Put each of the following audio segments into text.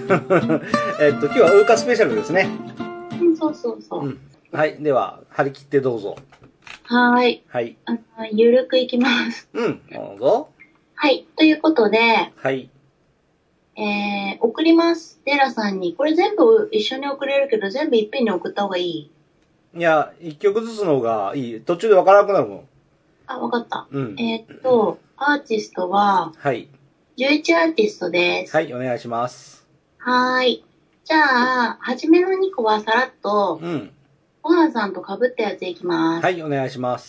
今日はウーカスペシャルですね。 うん、そうそうそう。 うん。はい。では、張り切ってどうぞ。 はーい。 はい。 ゆるくいきます。 うん。どうぞ。 はい。ということで、 はい。 送ります。テラさんに。これ全部一緒に送れるけど、全部いっぺんに送った方がいい？ いや、一曲ずつの方がいい。途中でわからなくなるもん。 あ、わかった。 うん。 アーティストは、 はい。 11アーティストです。 はい、お願いします。 はーい。じゃあ、初めの2個はさらっと、 うん。 ごはんさんと被ったやついきます。 はい、お願いします。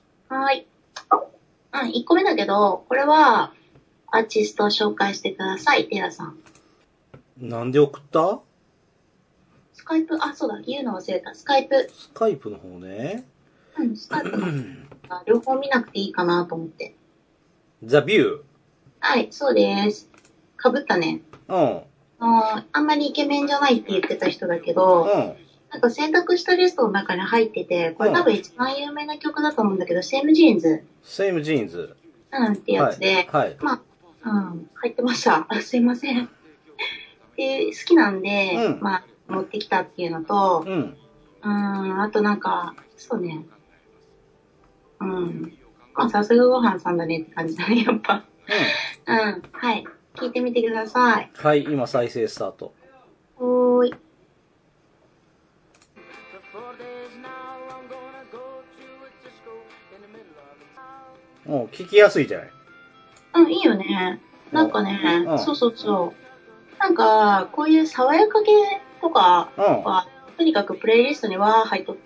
はーい。1個目だけど、これは、アーティストを紹介してください、テラさん。 なんで送った？ スカイプ、そうだ、言うの忘れた。スカイプ。 スカイプの方ね。 うん、スカイプの両方見なくていいかなと思って。 ザ・ビュー。 はい、そうです。被ったね。 うん。 あんまりイケメンじゃないって言ってた人だけど、 うん。 なんか選択したリストの中に入ってて、これ多分一番有名な曲だと思うんだけど、セームジーンズ。 セームジーンズ。 ってやつで、 はい。 まあ、入ってました。すいません。で、好きなんで、まあ、持ってきたっていうのと、あとなんか、そうね。まあ、さすがごはんさんだねって感じだね、やっぱ。はい。聞いてみてください。 はい、今再生スタート。 おーい。 聞きやすいじゃない。 いいよね。なんかね、そうそうそう。なんか、こういう爽やか系とかは、とにかくプレイリストには入っとって。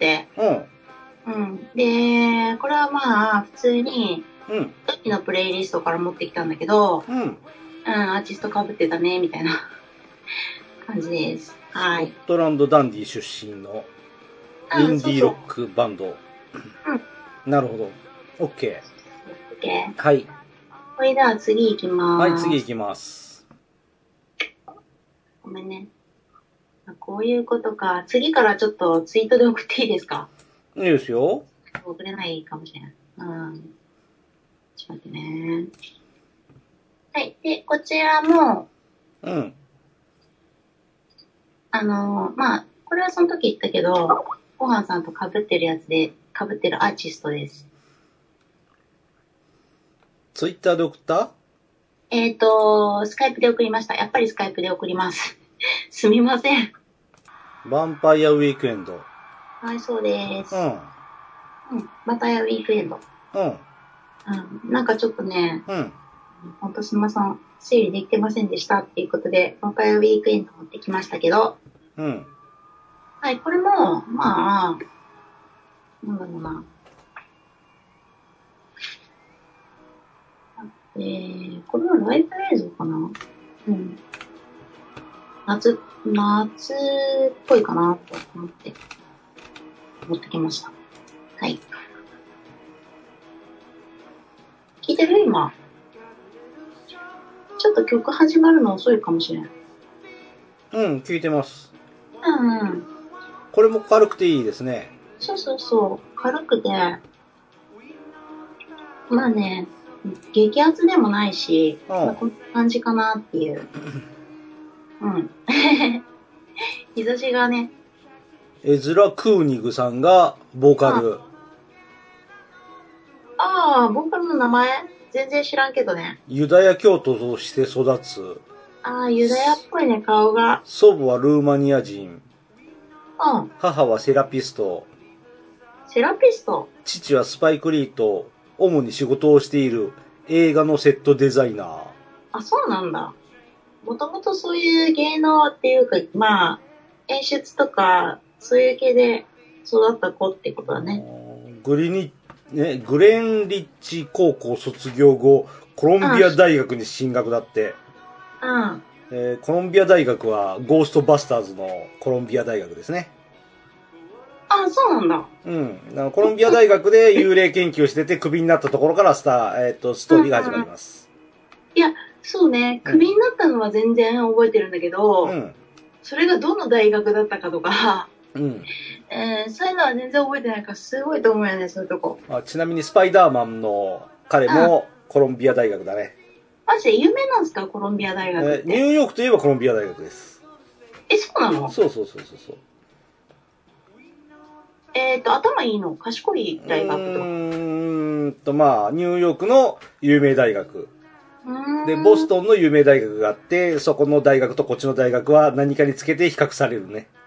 で、これはまあ、普通に、さっきのプレイリストから持ってきたんだけど、アーティスト被ってたね、みたいな感じです。はい。 スコットランドダンディ出身のインディーロックバンド。なるほど。OK。 OK。 はい。 それでは次行きます。 はい、次行きます。 ごめんね。こういうことか。次からちょっとツイートで送っていいですか？ いいですよ。 送れないかもしれない。ちょっと待ってね。はい。で、こちらも、まあ、これはその時言ったけど、ごはんさんと被ってるやつで、被ってるアーティストです。 ツイッターで送った？ スカイプで送りました。やっぱりスカイプで送ります。すみません。 ヴァンパイアウィークエンド。 はい、そうです。ヴァンパイアウィークエンド。なんかちょっとね、ほんとすみません。整理できてませんでしたっていうことで、ヴァンパイアウィークエンド持ってきましたけど、はい、これも、まあ、なんだろうな。これはライブ映像かな？夏っぽいかなと思って持ってきました。はい。聞いてる？今。ちょっと曲始まるの遅いかもしれない。 聞いてます。これも軽くていいですね。 そうそうそう。軽くて、まあね、激アツでもないし、まあ、こんな感じかなっていう。日差しがね。 エズラ・クーニグさんがボーカル。 ボーカルの名前全然知らんけどね。 ユダヤ教徒として育つ。 ユダヤっぽいね、顔が。 祖母はルーマニア人。母はセラピスト。 セラピスト？ 父はスパイク・リーと主に仕事をしている映画のセットデザイナー。 そうなんだ。もともとそういう芸能っていうか、まあ、演出とか、そういう系で育った子ってことだね。 グレンリッチ高校卒業後、コロンビア大学に進学だって。コロンビア大学はゴーストバスターズのコロンビア大学ですね。 そうなんだ。コロンビア大学で幽霊研究しててクビになったところからストーリーが始まります。 いや、そうね。クビになったのは全然覚えてるんだけど、それがどの大学だったかとか、そういうのは全然覚えてないからすごいと思うよね、そういうとこ。 ちなみにスパイダーマンの彼もコロンビア大学だね。 マジで有名なんですか、コロンビア大学って。 ニューヨークといえばコロンビア大学です。 そうなの？ そうそうそうそうそう。 頭いいの？賢い大学とか？ まあ、ニューヨークの有名大学。で、ボストンの有名大学があって、そこの大学とこっちの大学は何かにつけて比較されるね。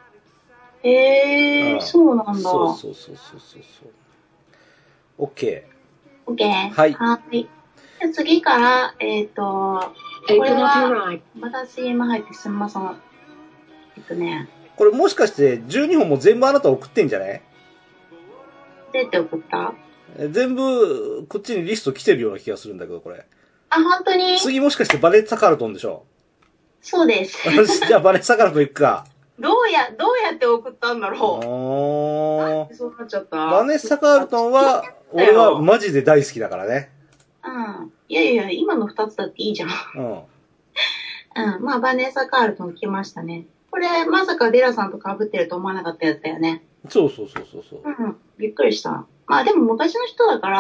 そうなんだ。 そうそうそうそうそう。OK。 はい。はい。じゃ次から、これは、また CM 入ってすみません。 これもしかして12本も全部あなた送ってんじゃね？ どうやって送った？ 全部、こっちにリスト来てるような気がするんだけど、これ。 あ、本当に？ 次もしかしてバネッサ・カールトンでしょ？ そうです。 じゃあバネッサ・カールトン行くか。 どうやって送ったんだろう。そうなっちゃった。 バネッサ・カールトンは、俺はマジで大好きだからね。 うん。いやいや、今の2つだっていいじゃん。まあ、バネッサ・カールトン来ましたね。これ、まさかデラさんと被ってると思わなかったやつだよね。 そうそうそうそう。 びっくりした。まあ、でも昔の人だから、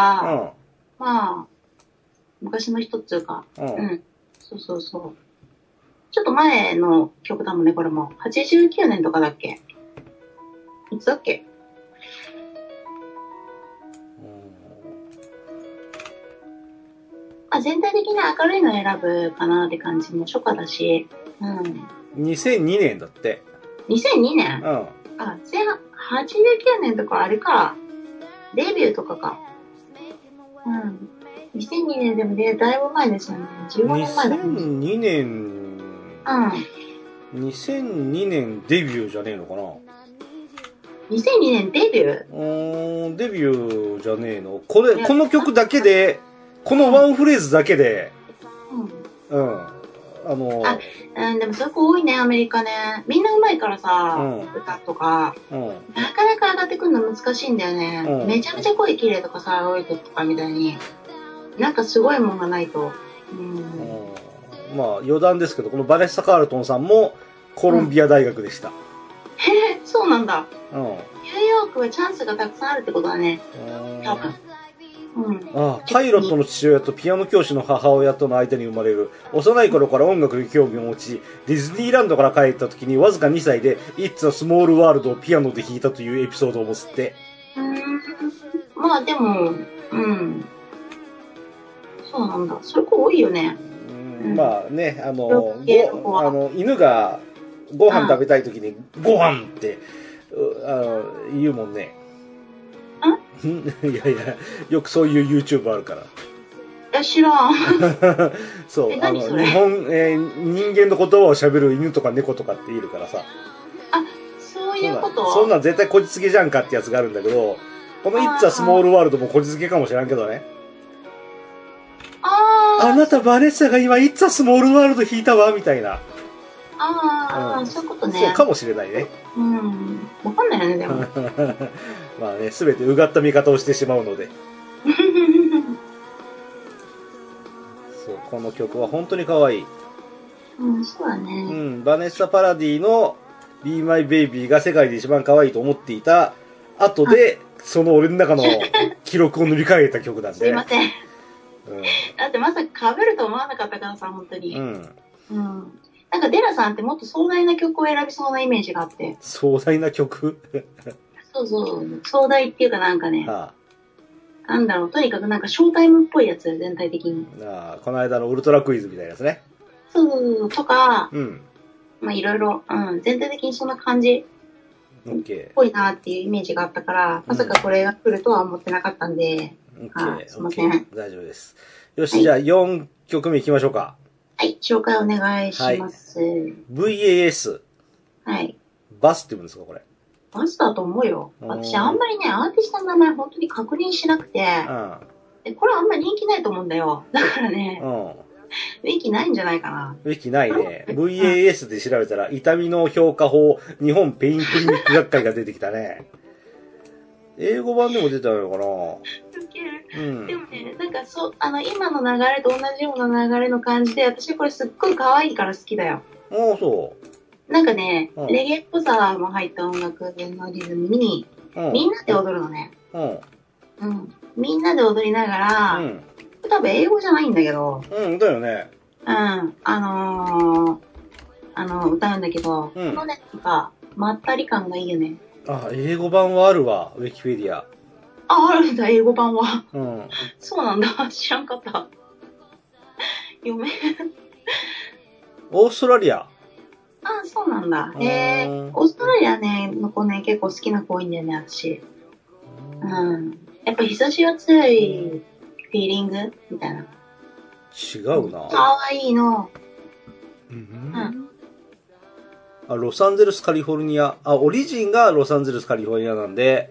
まあ、昔の人っていうか、そうそうそう。ちょっと前の曲だもんね、これも。89年とかだっけ？いつだっけ？全体的に明るいの選ぶかなって感じも初夏だし。 2002年だって。 2002年？前半、89年とかあれか。デビューとかか。2002年でもね、だいぶ前ですよね。15年前だもんね。 2002年。2002年デビューじゃねえのかな？ 2002年デビュー？デビューじゃねえの？この曲だけで、このワンフレーズだけで、 でもそういう子多いね、アメリカね。みんな上手いからさ、歌とか、なかなか上がってくるの難しいんだよね。めちゃめちゃ声綺麗とかさ、多い時とかみたいに、なんかすごいもんがないと。 まあ余談ですけど、このバネッサ・カールトンさんもコロンビア大学でした。 そうなんだ。ニューヨークはチャンスがたくさんあるってことだね。多分。 パイロットの父親とピアノ教師の母親との間に生まれる。幼い頃から音楽に興味を持ち、ディズニーランドから帰った時にわずか2歳で It's a Small World をピアノで弾いたというエピソードを持つって。 まあでも、そうなんだ。そういう子多いよね。 まあね、犬がご飯食べたい時にご飯って言うもんね。いやいや、よくそういう YouTube あるから。 知らん。 そう、人間の言葉を喋る犬とか猫とかっているからさ。 そういうこと？ そんなん絶対こじつけじゃんかってやつがあるんだけど、この It's a Small World もこじつけかもしれんけどね。あなたバネッサが今 It's a Small World 弾いたわみたいな。 そういうことね。 そうかもしれないね。 わかんないよね、でも。 まあね、すべてうがった見方をしてしまうので。そう、この曲は本当に可愛い。 そうだね。 バネッサ・パラディの Be My Baby が世界で一番可愛いと思っていた後で、その俺の中の記録を塗り替えた曲なんで。 すいません。だってまさか被ると思わなかったからさ、本当に。なんかデラさんってもっと壮大な曲を選びそうなイメージがあって。 壮大な曲？ そう。壮大っていうかなんかね。なんだろう、とにかくなんかショータイムっぽいやつ、全体的に。 この間のウルトラクイズみたいなやつね。 そうとか、まあいろいろ、全体的にそんな感じっぽいなっていうイメージがあったから、まさかこれが来るとは思ってなかったんで、すいません。 大丈夫です。よし、じゃあ4曲目いきましょうか。 はい、紹介お願いします。 VAS。 はい。 バスって言うんですか、これ。 バスだと思うよ。私あんまりね、アーティストの名前本当に確認しなくて、これあんまり人気ないと思うんだよ。だからね、ウィキないんじゃないかな。 ウィキないね。VAS で調べたら、痛みの評価法、日本ペインクリニック学会が出てきたね。英語版でも出たのかな。 でもね、なんか今の流れと同じような流れの感じで、私これすっごい可愛いから好きだよ。 そう。 なんかね、レゲエっぽさも入った音楽のリズムに、みんなで踊るのね。みんなで踊りながら、多分英語じゃないんだけど。 だよね。 歌うんだけど、このね、なんか、まったり感がいいよね。 あ、英語版はあるわ、ウィキペディア。 あるんだ、英語版は。そうなんだ、知らんかった。読め。 オーストラリア。 あ、そうなんだ。オーストラリアね、の子ね、結構好きな子多いんだよね、私。やっぱ日差しが強いフィーリングみたいな。 違うな。 かわいいの。 あ、ロサンゼルスカリフォルニア。あ、オリジンがロサンゼルスカリフォルニアなんで。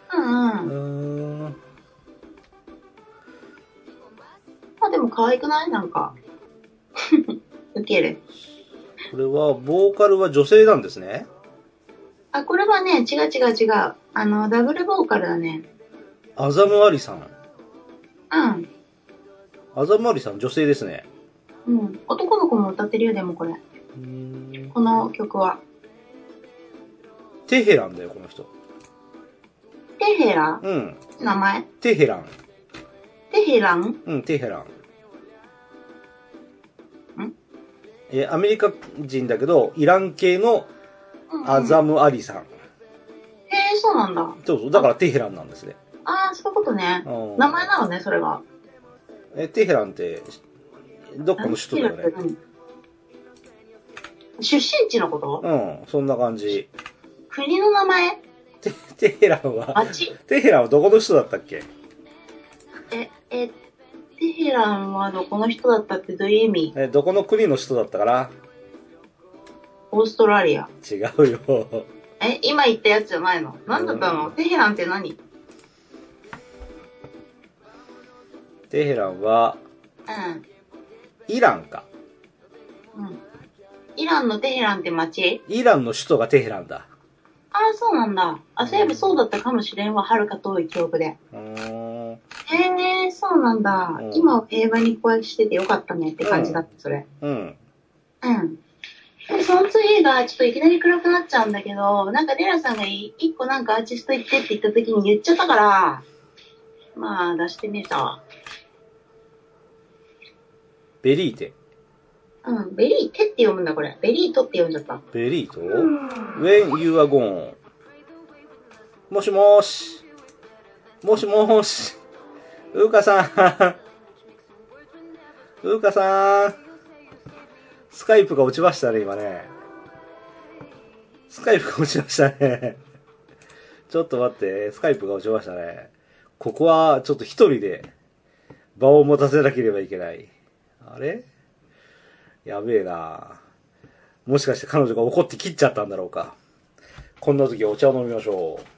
まあでも可愛くないなんか。ウケる。 これは、ボーカルは女性なんですね。 あ、これはね、違う。ダブルボーカルだね。 アザムアリさん。アザムアリさん、女性ですね。 男の子も歌ってるよ、でもこれ。この曲は。 テヘランだよ、この人。 テヘラ名前テヘラン。 テヘランテヘラン。アメリカ人だけど、イラン系のアザムアリさん。 へえ、そうなんだ。 そう、だからテヘランなんですね。 ああ、そういうことね。名前なのね、それが。 テヘランって、どっかの首都だよね。 出身地のこと？ そんな感じ。 国の名前？ テヘランは、テヘランはどこの人だったっけ？ テヘランはどこの人だったってどういう意味？ どこの国の人だったかな？ オーストラリア。 違うよ。 今言ったやつじゃないの？何だったの？テヘランって何？ テヘランは、イランか。 イランのテヘランって町？ イランの首都がテヘランだ。 ああ、そうなんだ。あ、そういえばそうだったかもしれんわ。はるか遠い記憶で。へえ、そうなんだ。今は平和にこうしててよかったねって感じだった、それ。でもその次がちょっといきなり暗くなっちゃうんだけど、なんかレラさんが一個なんかアーティスト言ってって言った時に言っちゃったから、まあ出してみたわ。 ベリーテ。 ベリーテって読むんだこれ。ベリートって読んじゃった。 ベリート？ When you are gone。もしもーし。もしもーし。うーかさん。うーかさん。スカイプが落ちましたね、今ね。スカイプが落ちましたね。ちょっと待って、スカイプが落ちましたね。ここはちょっと一人で場を持たせなければいけない。あれ？やべえな。もしかして彼女が怒って切っちゃったんだろうか。こんな時はお茶を飲みましょう。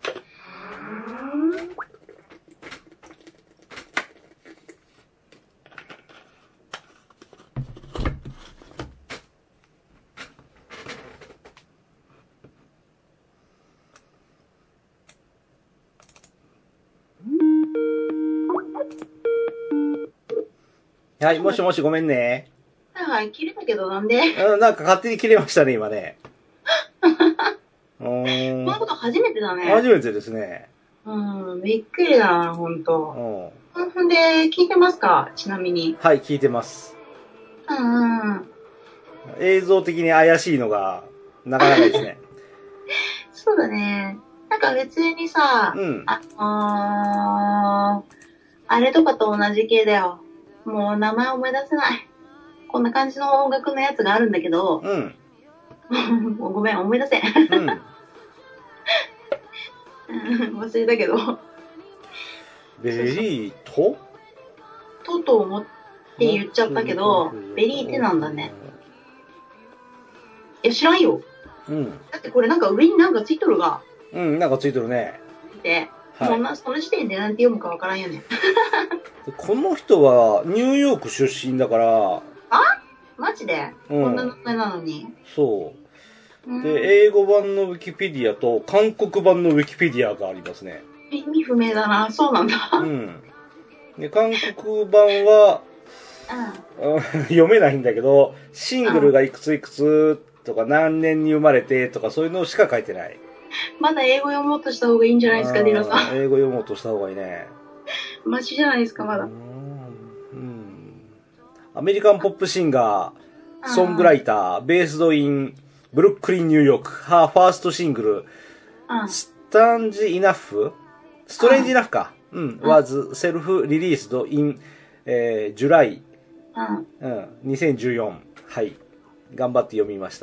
はい、もしもしごめんね。 はい、切れたけどなんで？ なんか勝手に切れましたね、今ね。 こんなこと初めてだね。 初めてですね。 びっくりだな、ほんと。ほんで、聞いてますか？ちなみに。 はい、聞いてます。映像的に怪しいのが、なかなかですね。 そうだね。なんか別にさ、あれとかと同じ系だよ。もう名前思い出せない。こんな感じの音楽のやつがあるんだけど、ごめん、思い出せん。忘れたけど。 ベリート？ と思って言っちゃったけど、ベリーテなんだね。いや、知らんよ。だってこれなんか上になんかついとるが。 なんかついとるね。 で、その時点でなんて読むかわからんよね。 この人はニューヨーク出身だから。 マジで、こんな名前なのに。 そう。で、英語版のウィキペディアと韓国版のウィキペディアがありますね。 意味不明だな。そうなんだ。 で、韓国版は、読めないんだけど、シングルがいくついくつとか何年に生まれてとかそういうのしか書いてない。 まだ英語読もうとした方がいいんじゃないですか、ディノさん。 英語読もうとした方がいいね。 マシじゃないですか、まだ。 アメリカンポップシンガソングライター、ベースドイン、ブルックリン、ニューヨーク、ハーファーストシングル、ストレンジイナフか。was self-released in July、2014。はい。頑張って読みました。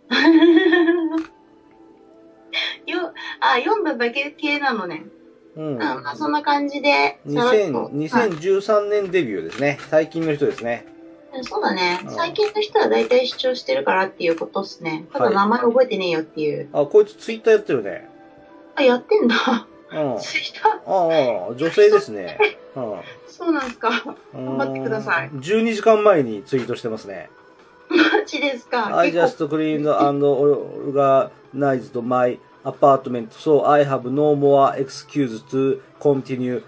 読んだだけ系なのね。まあそんな感じで。 2013年デビューですね。最近の人ですね。 そうだね。最近の人は大体視聴してるからっていうことっすね。ただ名前覚えてねえよっていう。 こいつツイッターやってるね。 やってんだ。ツイッター女性ですね。 そうなんですか。頑張ってください。 12時間前にツイートしてますね。 マジですか。 I just cleaned and organized my apartment, so I have no more excuse to continue.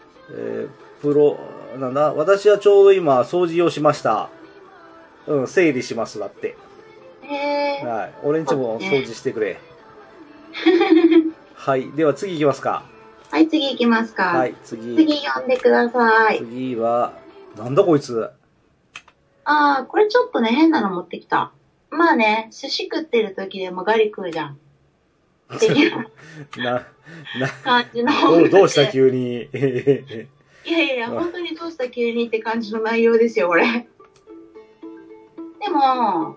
私はちょうど今掃除をしました。整理しますだって。はい。俺んちも掃除してくれ。はい。では次行きますか。 はい、次行きますか。 はい、 次読んでください。 次は、なんだこいつ。 これちょっとね、変なの持ってきた。まあね、寿司食ってる時でもガリ食うじゃん。っていう感じの。 どうした急に。 いや、本当にどうした急にって感じの内容ですよ、これ。でも、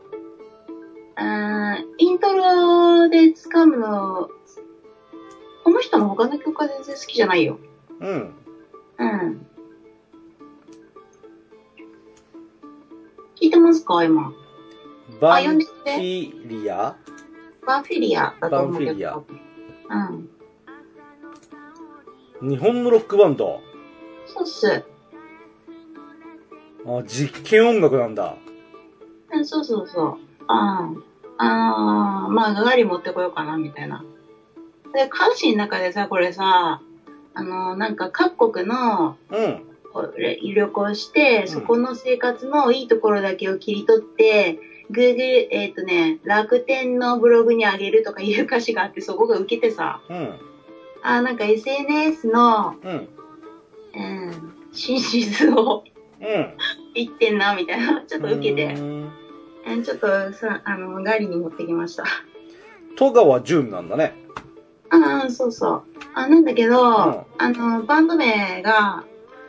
イントロで掴むの、この人の他の曲は全然好きじゃないよ。聞いてますか今。 バンフィリアだと思うけど。 日本のロックバンド。 そうっす。 実験音楽なんだ。 そう。まあ、ガリ持ってこようかな、みたいな。で、歌詞の中でさ、これさ、なんか各国の、旅行して、そこの生活のいいところだけを切り取って、Google、楽天のブログにあげるとかいう歌詞があって、そこが受けてさ、なんか SNS の、真実を、言ってんな、みたいな、ちょっと受けて、ちょっとさ、ガリに持ってきました。 戸川純なんだね。 そうそう。なんだけど、バンド名が、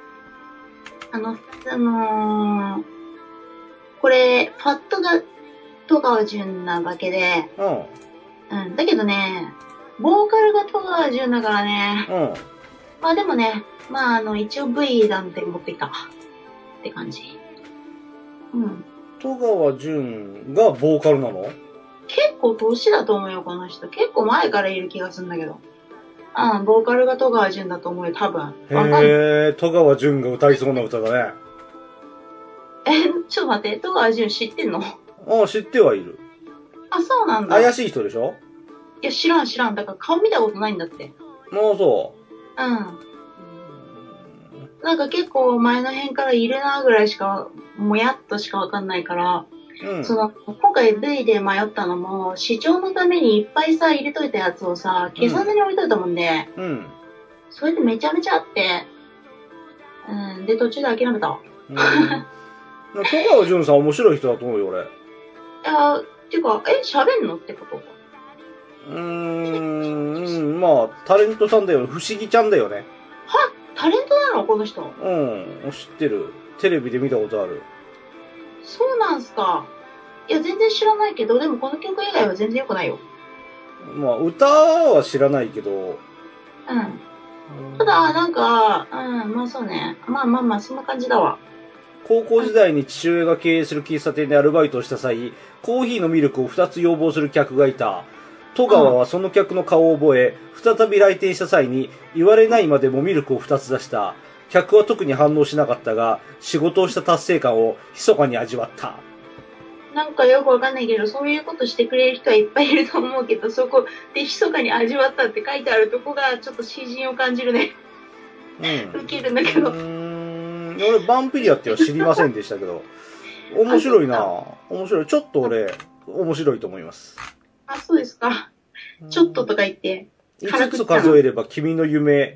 これ、ファットが戸川純なわけで、だけどね、ボーカルが戸川純だからね、まあでもね、まあ一応 V なんて持ってきたって感じ。 戸川純がボーカルなの？ 結構年だと思うよ、この人。結構前からいる気がするんだけど。ボーカルが戸川純だと思うよ、多分。 戸川純が歌いそうな歌だね。 ちょっと待って、戸川純知ってんの？ 知ってはいる。 そうなんだ。 怪しい人でしょ？ いや、知らん。だから顔見たことないんだって。 そう。 なんか結構前の辺からいるなぐらいしか、もやっとしかわかんないから、今回 V で迷ったのも、視聴のためにいっぱいさ、入れといたやつをさ、消さずに置いといたもんで、それでめちゃめちゃあって、で、途中で諦めた。 戸川純さん面白い人だと思うよ、俺。 っていうか、喋んのってこと？ まあ、タレントさんだよね。不思議ちゃんだよね。 タレントなのこの人？ 知ってる。テレビで見たことある。 そうなんすか。いや、全然知らないけど、でもこの曲以外は全然良くないよ。 まあ、歌は知らないけど。 ただ、なんか、まあそうね。まあ、そんな感じだわ。 高校時代に父親が経営する喫茶店でアルバイトをした際、コーヒーのミルクを2つ要望する客がいた。戸川はその客の顔を覚え、再び来店した際に言われないまでもミルクを2つ出した。客は特に反応しなかったが、仕事をした達成感を密かに味わった。 なんかよくわかんないけど、そういうことしてくれる人はいっぱいいると思うけど、そこで密かに味わったって書いてあるとこがちょっと詩人を感じるね。ウケるんだけど。 俺、バンピリアっては知りませんでしたけど、面白いな。面白い。ちょっと俺、面白いと思います。 そうですか。ちょっととか言って。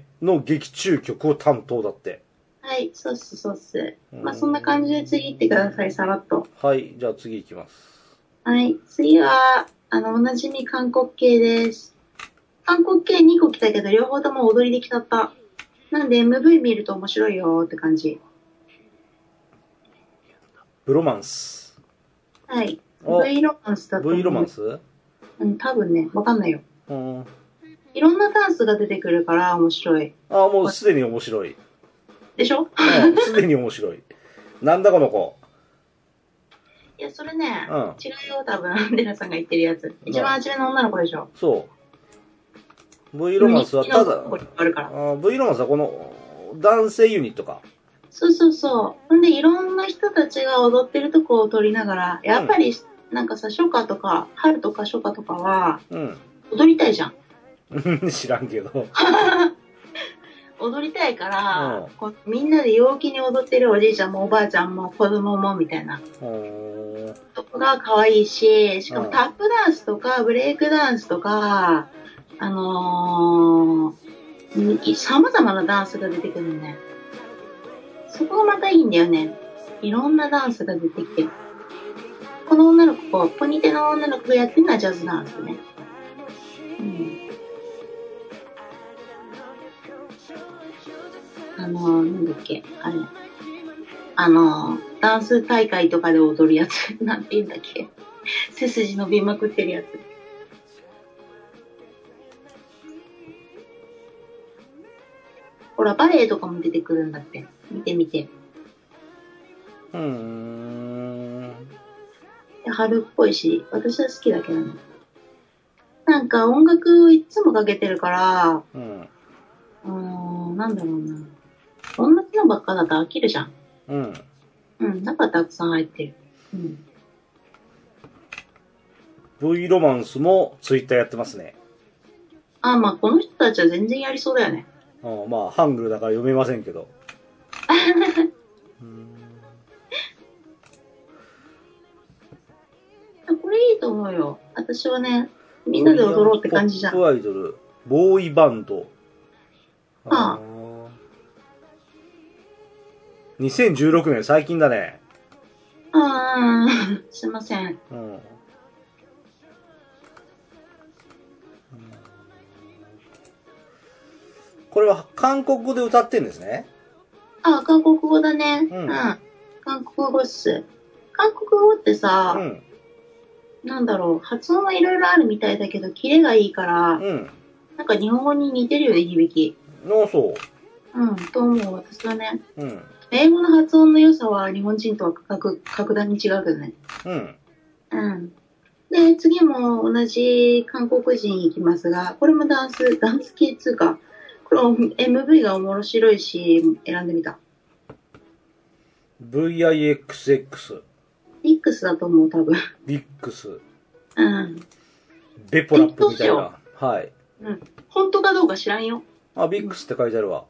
5つ数えれば君の夢の劇中曲を担当だって。 はい、そうっす、そうっす。まあ、そんな感じで次行ってください、さらっと。 はい、じゃあ次行きます。 はい、次は、おなじみ韓国系です。韓国系2個来たけど、両方とも踊りできちゃった。なんで MV 見ると面白いよって感じ。 ブロマンス。 はい。V ロマンスだと思う。 V ロマンス？ うん、多分ね、わかんないよ。いろんなダンスが出てくるから面白い。 ああ、もうすでに面白い。 でしょ？ すでに面白い。なんだこの子。 いや、それね、違うよ、多分、デラさんが言ってるやつ。一番初めの女の子でしょ。 そう。V ロマンスはただ、V ロマンスはこの男性ユニットか。 そうそうそう。ほんで、いろんな人たちが踊ってるとこを撮りながら、やっぱり、なんかさ、初夏とか、春とか初夏とかは、踊りたいじゃん。 知らんけど。 踊りたいから、みんなで陽気に踊ってるおじいちゃんもおばあちゃんも子供もみたいな。とこが可愛いし、しかもタップダンスとかブレイクダンスとか、様々なダンスが出てくるね。そこがまたいいんだよね。いろんなダンスが出てきてる。この女の子、ポニテの女の子がやってるのはジャズダンスね。なんだっけ、あれ。ダンス大会とかで踊るやつ。なんて言うんだっけ。背筋伸びまくってるやつ。ほら、バレエとかも出てくるんだって。見てみて。春っぽいし、私は好きだけどね。なんか音楽いつもかけてるから、なんだろうな。同じのばっかだと飽きるじゃん。だからたくさん入ってる。 V ロマンスもツイッターやってますね。 まあこの人たちは全然やりそうだよね。 まあ、ハングルだから読めませんけど。 これいいと思うよ。私はね、みんなで踊ろうって感じじゃん。 ポップアイドル、ボーイバンド。2016年、最近だね。 すいません。 これは韓国語で歌ってんですね。 韓国語だね。韓国語っす。韓国語ってさ、なんだろう、発音はいろいろあるみたいだけど、キレがいいから、なんか日本語に似てるよね、響き。 そう。 と思う、私はね。英語の発音の良さは日本人とは格段に違うけどね。で、次も同じ韓国人いきますが、これもダンス系っつうか、これ MV が面白いし、選んでみた。 VIXX。 ビックスだと思う、多分。 ビックス。ベポラップみたいな。はい。 本当かどうか知らんよ。 ビックスって書いてあるわ。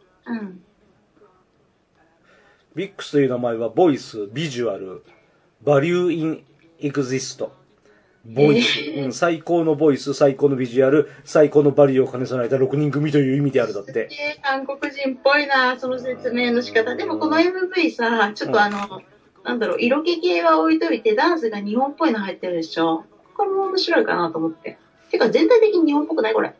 ビックスという名前は、ボイス、ビジュアル、バリューインエグジスト。ボイス、最高のボイス、最高のビジュアル、最高のバリューを兼ね備えた6人組という意味であるだって。 韓国人っぽいな、その説明の仕方。でもこの MV さ、ちょっとなんだろう、色気系は置いといて、ダンスが日本っぽいの入ってるでしょ。これも面白いかなと思って。てか全体的に日本っぽくないこれ。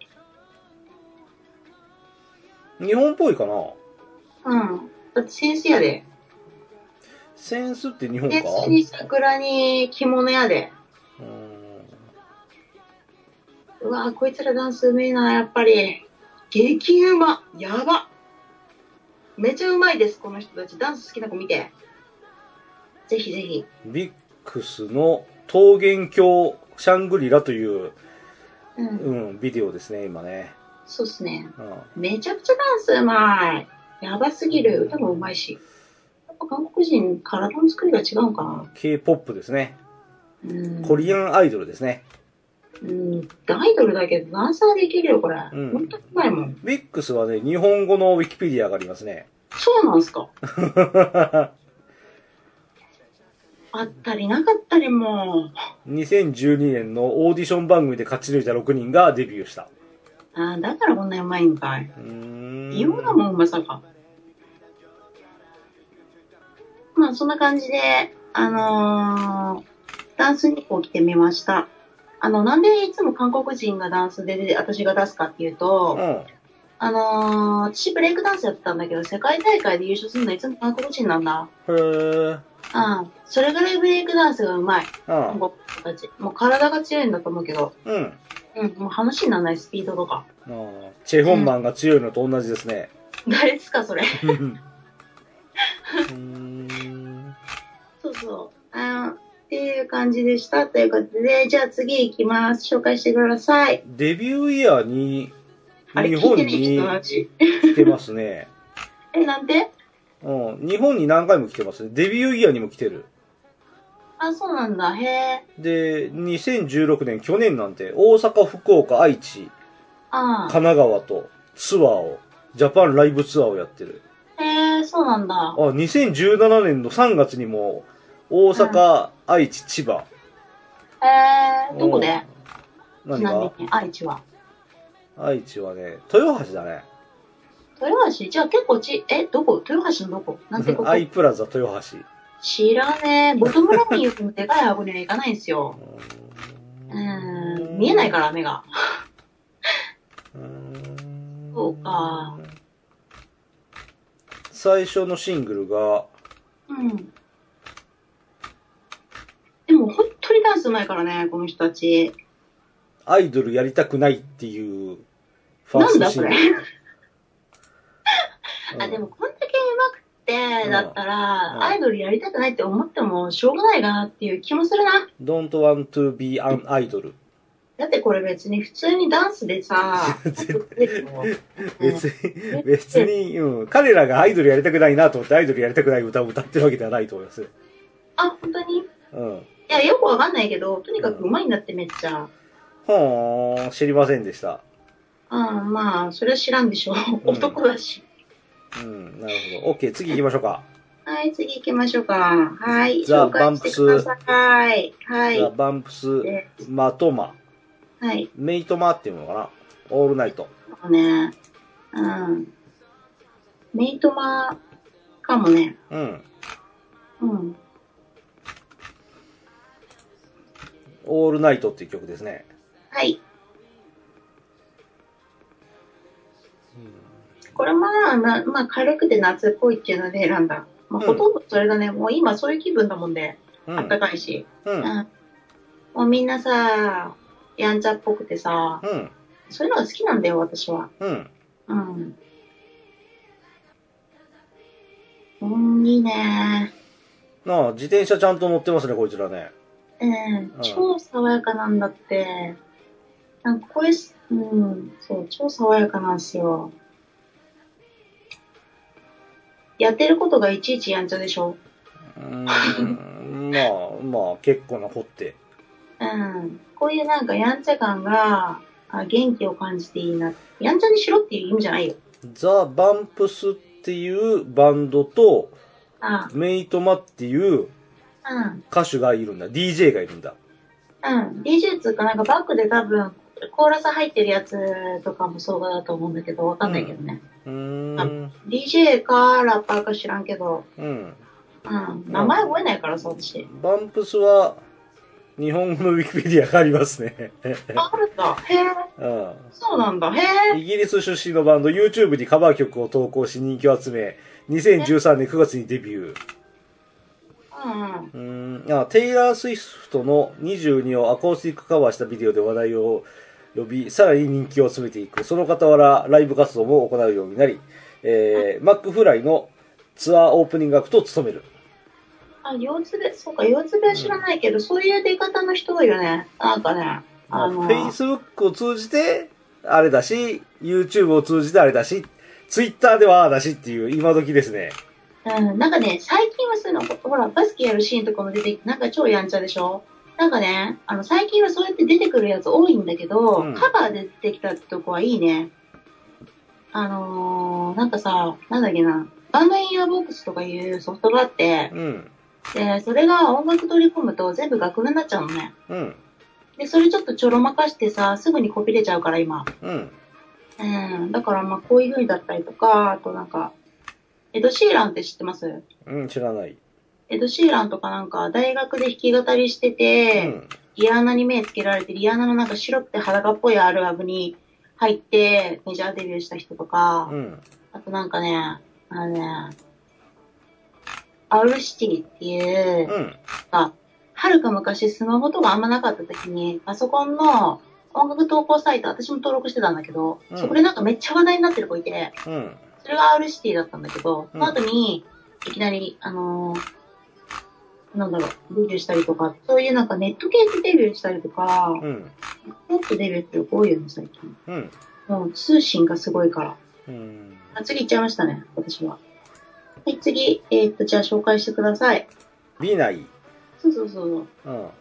日本っぽいかな。 だってセンスやで。 センスって日本か？ センスに桜に着物やで。うわぁ、こいつらダンスうめえな、やっぱり。激うま。やば。めちゃうまいです、この人たち。ダンス好きな子見て。ぜひぜひ。 ビックスの桃源郷シャングリラという、ビデオですね、今ね。 そうっすね。めちゃくちゃダンスうまい。やばすぎる。歌もうまいし。やっぱ韓国人、体の作りが違うかな。 K-POP ですね。コリアンアイドルですね。 アイドルだけど、ダンサーできるよ、これ。本当にうまいもん。 ビックスはね、日本語のウィキペディアがありますね。 そうなんすか。あったりなかったりもう。2012年のオーディション番組で勝ち抜いた6人がデビューした。 だからこんなにうまいんかい。異様だもん、まさか。 まあ、そんな感じで、ダンスにこう来てみました。なんでいつも韓国人がダンスで私が出すかっていうと、私ブレイクダンスやってたんだけど、世界大会で優勝するのはいつも韓国人なんだ。 へー。 それぐらいブレイクダンスがうまい。韓国たち。もう体が強いんだと思うけど。もう話にならないスピードとか。 チェホンマンが強いのと同じですね。 誰ですか、それ。そうそう。っていう感じでした。ということで、じゃあ次行きます。紹介してください。 デビューイヤーに、日本に来てますね。 なんで？ 日本に何回も来てますね。デビューイヤーにも来てる。 あ、そうなんだ。へー。で、2016年、去年なんて、大阪、福岡、愛知、神奈川とツアーを、ジャパンライブツアーをやってる。 へー、そうなんだ。 2017年の3月にも、大阪、愛知、千葉。 どこで？ 何が？ 愛知は。 愛知はね、豊橋だね。 豊橋？じゃあ結構どこ？豊橋のどこ？なんてここ？ アイプラザ豊橋。 知らねえ。ボトムラインよりもでかい箱には行かないんですよ。見えないから、目が。そうか。 最初のシングルが、 でも本当にダンスうまいからね、この人たち。 アイドルやりたくないっていうファーストシングル。 なんだそれ。でもこんだけ上手くて、だったら、アイドルやりたくないって思ってもしょうがないかなっていう気もするな。 Don't want to be an idol. だってこれ別に普通にダンスでさ、 別に、彼らがアイドルやりたくないなと思ってアイドルやりたくない歌を歌ってるわけではないと思います。 あ、本当に？いや、よくわかんないけど、とにかく上手いんだってめっちゃ。 知りませんでした。 まあ、それは知らんでしょう。男だし。 なるほど。OK、次行きましょうか。 はい、次行きましょうか。はい。 ザ・バンプス。 はい。 ザ・バンプス、マトマ。 はい。 メイトマっていうのかな。オールナイト。 そうね。メイトマかもね。 オールナイトっていう曲ですね。 はい。これまあ軽くて夏っぽいっていうので選んだ。ほとんどそれだね。もう今そういう気分だもんで。あったかいし。もうみんなさ、やんちゃっぽくてさ、そういうのが好きなんだよ、私は。いいね。 自転車ちゃんと乗ってますね、こいつらね。 超爽やかなんだって。なんかこれ、そう、超爽やかなんですよ。やってることがいちいちやんちゃでしょ。 まあ、結構な掘って。 こういうなんかやんちゃ感が、元気を感じていいな。やんちゃにしろっていう意味じゃないよ。 ザ・バンプスっていうバンドと、メイトマっていう歌手がいるんだ。DJ がいるんだ。 DJ つうかなんかバックで多分、コーラス入ってるやつとかもそうだと思うんだけど、わかんないけどね。DJ かラッパーか知らんけど。名前覚えないからさ、私。 バンプスは、日本語のウィキペディアがありますね。 あるんだ。へえ。そうなんだ。へえ。 イギリス出身のバンド、YouTube にカバー曲を投稿し人気を集め、2013年9月にデビュー。テイラー・スウィフトの22をアコースティックカバーしたビデオで話題を呼び、さらに人気を集めていく。その傍ら、ライブ活動も行うようになり、マックフライのツアーオープニングアクトを務める。 腰つべ、そうか、腰つべは知らないけど、そういう出方の人多いよね。なんかね、 Facebook を通じて、あれだし、YouTube を通じてあれだし、Twitter ではああだしっていう今時ですね。 なんかね、最近はそういうの、ほら、バスケやるシーンとかも出てきて、なんか超やんちゃでしょ？なんかね、最近はそうやって出てくるやつ多いんだけど、カバーで出てきたってとこはいいね。なんかさ、なんだっけな、バンドインアボックスとかいうソフトがあって、で、それが音楽取り込むと全部楽譜になっちゃうのね。で、それちょっとちょろまかしてさ、すぐにコピれちゃうから今。だからまあこういう風だったりとか、あとなんか、エド・シーランって知ってます？ 知らない。 エド・シーランとかなんか大学で弾き語りしてて、リアーナに目つけられて、リアーナのなんか白くて裸っぽいアルバムに入ってメジャーデビューした人とか、あとなんかね、アウルシティっていう、はるか昔スマホとかあんまなかった時に、パソコンの音楽投稿サイト、私も登録してたんだけど、そこでなんかめっちゃ話題になってる子いて、それがアウルシティだったんだけど、その後に、いきなり、なんだろう、デビューしたりとか、そういうなんかネット系でデビューしたりとか、ネットデビューって多いよね、最近。もう通信がすごいから。次行っちゃいましたね、私は。はい、次、じゃあ紹介してください。 ビナイ。 そうそうそう。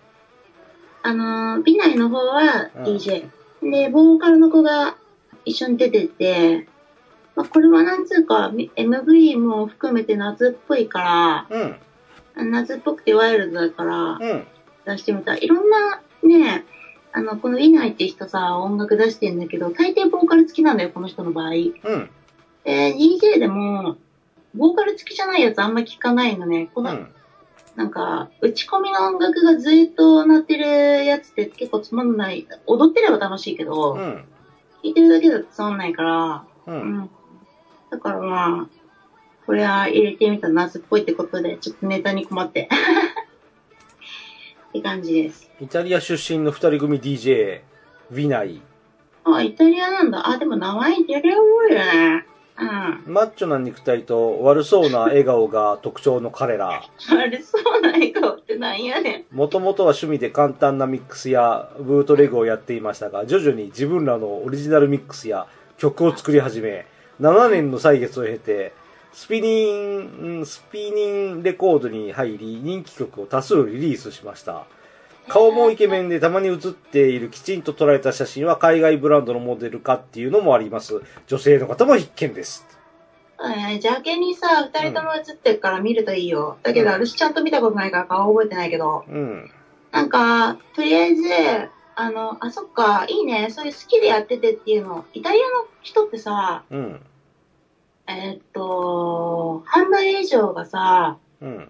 ビナイの方は DJ。で、ボーカルの子が一緒に出てて、まあ、これはなんつうか、MV も含めて夏っぽいから、夏っぽくてワイルドだから、出してみた。いろんなね、このビナイって人さ、音楽出してんだけど、大抵ボーカル付きなんだよ、この人の場合。で、DJ でも、ボーカル付きじゃないやつあんま聞かないのね。この、なんか、打ち込みの音楽がずっと鳴ってるやつって結構つまんない。踊ってれば楽しいけど、聴いてるだけだとつまんないから、だからまあ、これは入れてみた夏っぽいってことで、ちょっとネタに困って。って感じです。 イタリア出身の二人組 DJ、ヴィナイ。 あ、イタリアなんだ。あ、でも名前イタリアっぽいよね。 マッチョな肉体と悪そうな笑顔が特徴の彼ら。 悪そうな笑顔ってなんやねん。もともとは趣味で簡単なミックスやブートレグをやっていましたが、徐々に自分らのオリジナルミックスや曲を作り始め、7年の歳月を経て、スピニンレコードに入り、人気曲を多数リリースしました。顔もイケメンでたまに写っているきちんと撮られた写真は海外ブランドのモデル化っていうのもあります。女性の方も必見です。 邪気にさ、二人とも写ってるから見るといいよ。だけど、私ちゃんと見たことないから顔覚えてないけど。なんか、とりあえず、そっか、いいね。そういう好きでやっててっていうの。イタリアの人ってさ、半分以上がさ、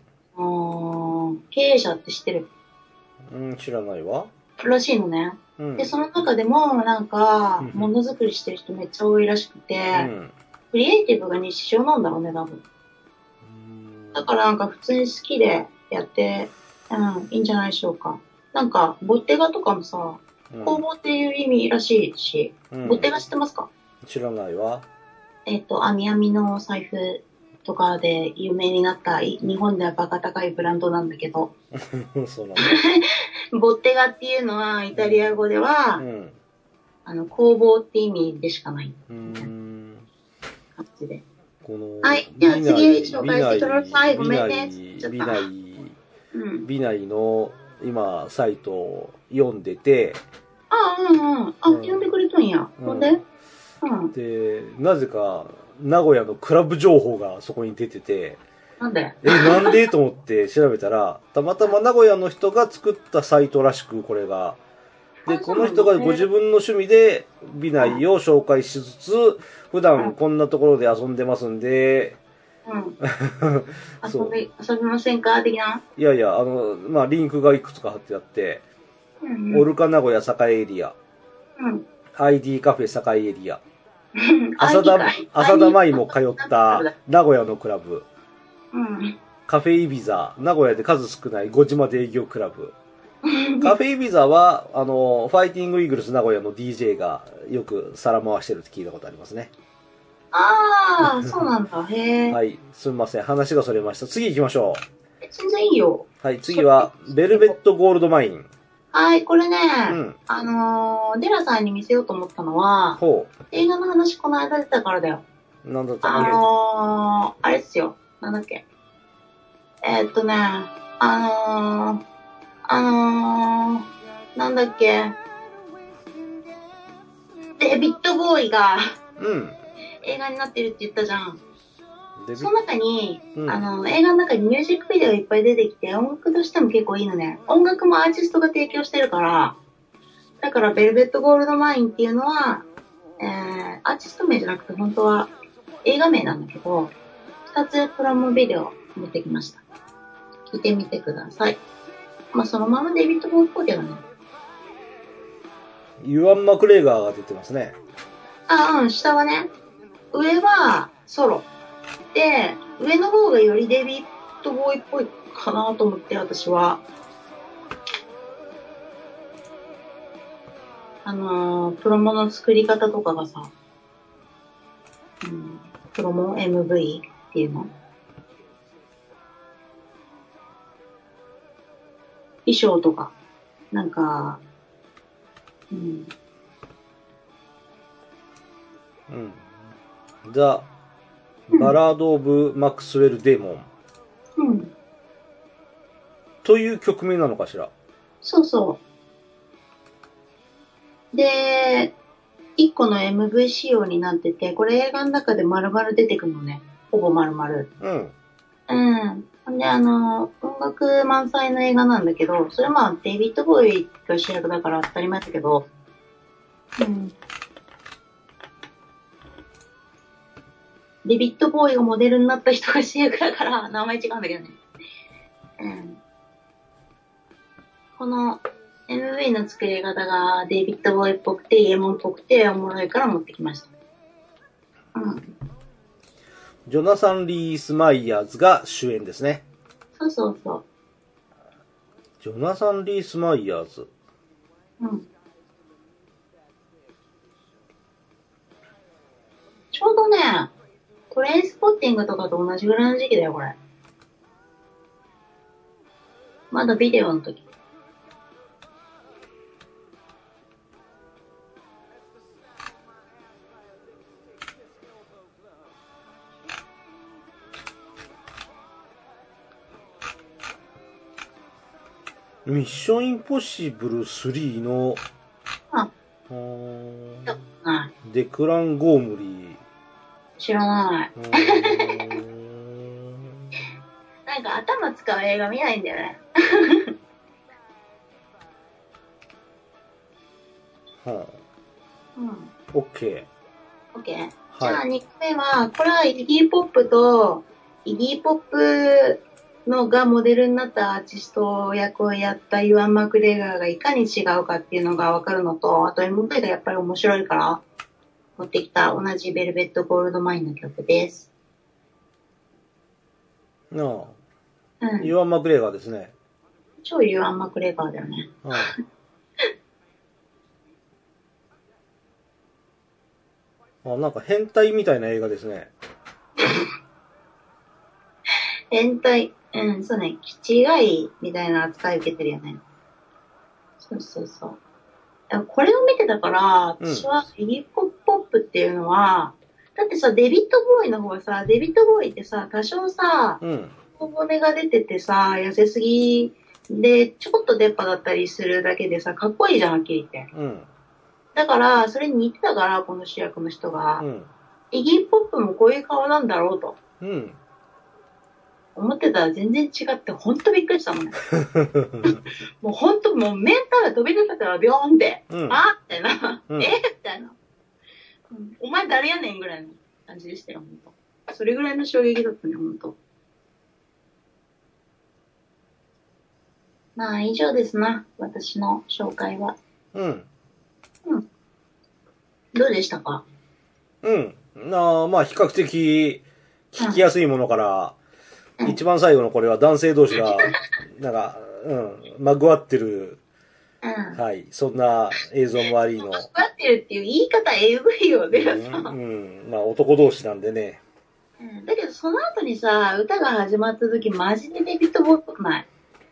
経営者って知ってる？ 知らないわ。 らしいのね。で、その中でも、なんか、ものづくりしてる人めっちゃ多いらしくて、クリエイティブが日常なんだろうね、多分。だからなんか普通に好きでやって、いいんじゃないでしょうか。なんか、ボッテガとかもさ、工房っていう意味らしいし、ボッテガ知ってますか？ 知らないわ。 網編みの財布とかで有名になった日本ではバカ高いブランドなんだけどそうなんだボッテガっていうのはイタリア語では、工房って意味でしかない感じで。はい、では次紹介してください。ごめんね。 ビナイの今サイトを読んでて、 読んでくれたんや。ほんで、 で、なぜか名古屋のクラブ情報がそこに出てて、 なんでなんでと思って調べたら、たまたま名古屋の人が作ったサイトらしく、これが。で、この人がご自分の趣味で美内を紹介しつつ、普段こんなところで遊んでますんで、 遊びませんか的な？ いやいや、リンクがいくつか貼ってあって、オルカ名古屋栄エリア、ID カフェ栄エリア、浅田舞も通った名古屋のクラブ、カフェイビザ、名古屋で数少ない5時まで営業クラブ。カフェイビザは、ファイティングイーグルス名古屋の DJ がよく皿回してるって聞いたことありますね。 ああ、そうなんだ。へえ。 はい、すみません。話がそれました。次行きましょう。 全然いいよ。 はい、次は、ベルベットゴールドマイン。 はい、これね、デラさんに見せようと思ったのは、映画の話この間出たからだよ。 なんだったっけ？ あれっすよ。なんだっけ。なんだっけ。デビッド・ボーイが、映画になってるって言ったじゃん。その中に、映画の中にミュージックビデオがいっぱい出てきて、音楽としても結構いいのね。音楽もアーティストが提供してるから、だからベルベットゴールドマインっていうのは、アーティスト名じゃなくて本当は映画名なんだけど、2つプロモビデオ持ってきました。 聞いてみてください。まあ、そのままデビッド・ボーイっぽいけどね。 ユアン・マクレガーが出てますね。 うん、下はね。上はソロ。で、上の方がよりデビッド・ボーイっぽいかなと思って、私は。プロモの作り方とかがさ、プロモ MV っていうの衣装とか、なんか、 ザ・バラード・オブ・マクスウェル・デーモン。という曲名なのかしら。 そうそう。で、1個の MV 仕様になってて、これ映画の中で丸々出てくるのね。ほぼ丸々。で、音楽満載の映画なんだけど、それまあ、デイビッド・ボーイが主役だから当たり前だけど、デビッド・ボーイがモデルになった人が主役だから、名前違うんだけどね。この MV の作り方がデイビッド・ボーイっぽくて、イエモンっぽくて、おもろいから持ってきました。 ジョナサン・リース・マイヤーズが主演ですね。 そうそうそう。 ジョナサン・リース・マイヤーズ。 ちょうどね、トレインスポッティングとかと同じぐらいの時期だよ、これ。まだビデオの時。 ミッションインポッシブル3の、デクラン・ゴームリー。 知らない。なんか頭使う映画見ないんだよね。 オッケー。じゃあ2個目は、これはイギーポップと、イギーポップのがモデルになったアーティスト役をやったユアン・マクレガーがいかに違うかっていうのがわかるのと、あと MV がやっぱり面白いから持ってきた同じベルベット・ゴールドマインの曲です。 ユアン・マクレガーですね。 超ユアン・マクレガーだよね。 なんか変態みたいな映画ですね。 変態、そうね、気違いみたいな扱い受けてるよね。そうそうそう。これを見てたから、私はイギーポップっていうのは、だってさ、デビッド・ボーイの方はさ、デビッド・ボーイってさ、多少さ、小骨が出ててさ、痩せすぎで、ちょっと出っ歯だったりするだけでさ、かっこいいじゃん、はっきり言って。だから、それに似てたから、この主役の人が。イギー・ポップもこういう顔なんだろうと。思ってたら全然違って、ほんとびっくりしたもんね。もうほんと、もうメンタル飛び出たからビョーンって。あみたいな。みたいな。お前誰やねんぐらいの感じでしたよ、ほんと。それぐらいの衝撃だったね、ほんと。まあ、以上ですな。私の紹介は。どうでしたか？ まあ、比較的、聞きやすいものから、一番最後のこれは男性同士が、なんか、まぐわってる、はい、そんな映像もありの。まぐわってるっていう言い方 AV よ、ベラさん。 まあ男同士なんでね。 だけどその後にさ、歌が始まった時マジでデビッド・ボーイっぽくない？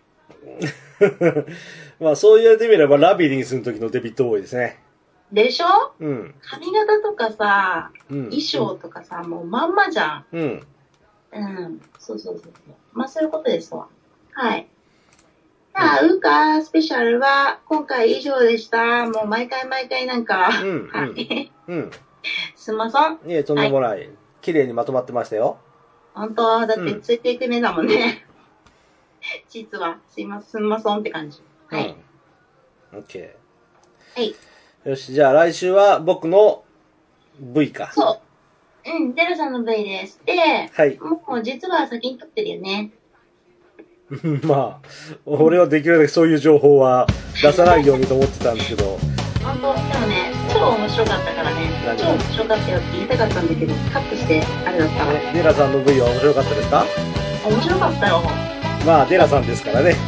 まあそう言われてみればラビリンスの時のデビッド・ボーイですね。 でしょ？髪型とかさ、衣装とかさ、もうまんまじゃん。そうそうそうそう。まあそういうことですわ。はい。じゃあ、ウーカースペシャルは今回以上でした。もう毎回なんか、はい。すんません。 いえ、とんでもない。綺麗にまとまってましたよ。 本当だってついていくねだもんね。実は、すんませんって感じ。はい。 OK。 はい。 よし、じゃあ来週は僕の V か。 そう。デラさんの V です。で、もう実は先に撮ってるよね。 まあ、俺はできるだけそういう情報は出さないようにと思ってたんですけど。 本当、でもね、超面白かったからね、超面白かったよって言いたかったんだけど、カットしてあれだった。 デラさんの V は面白かったですか？ 面白かったよ。 まあ、デラさんですからね。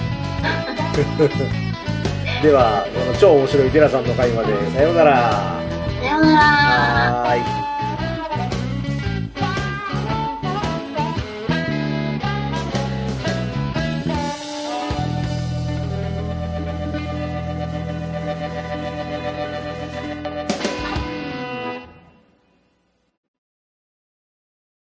では、この超面白いデラさんの回まで、さようなら。 さようなら。 はーい。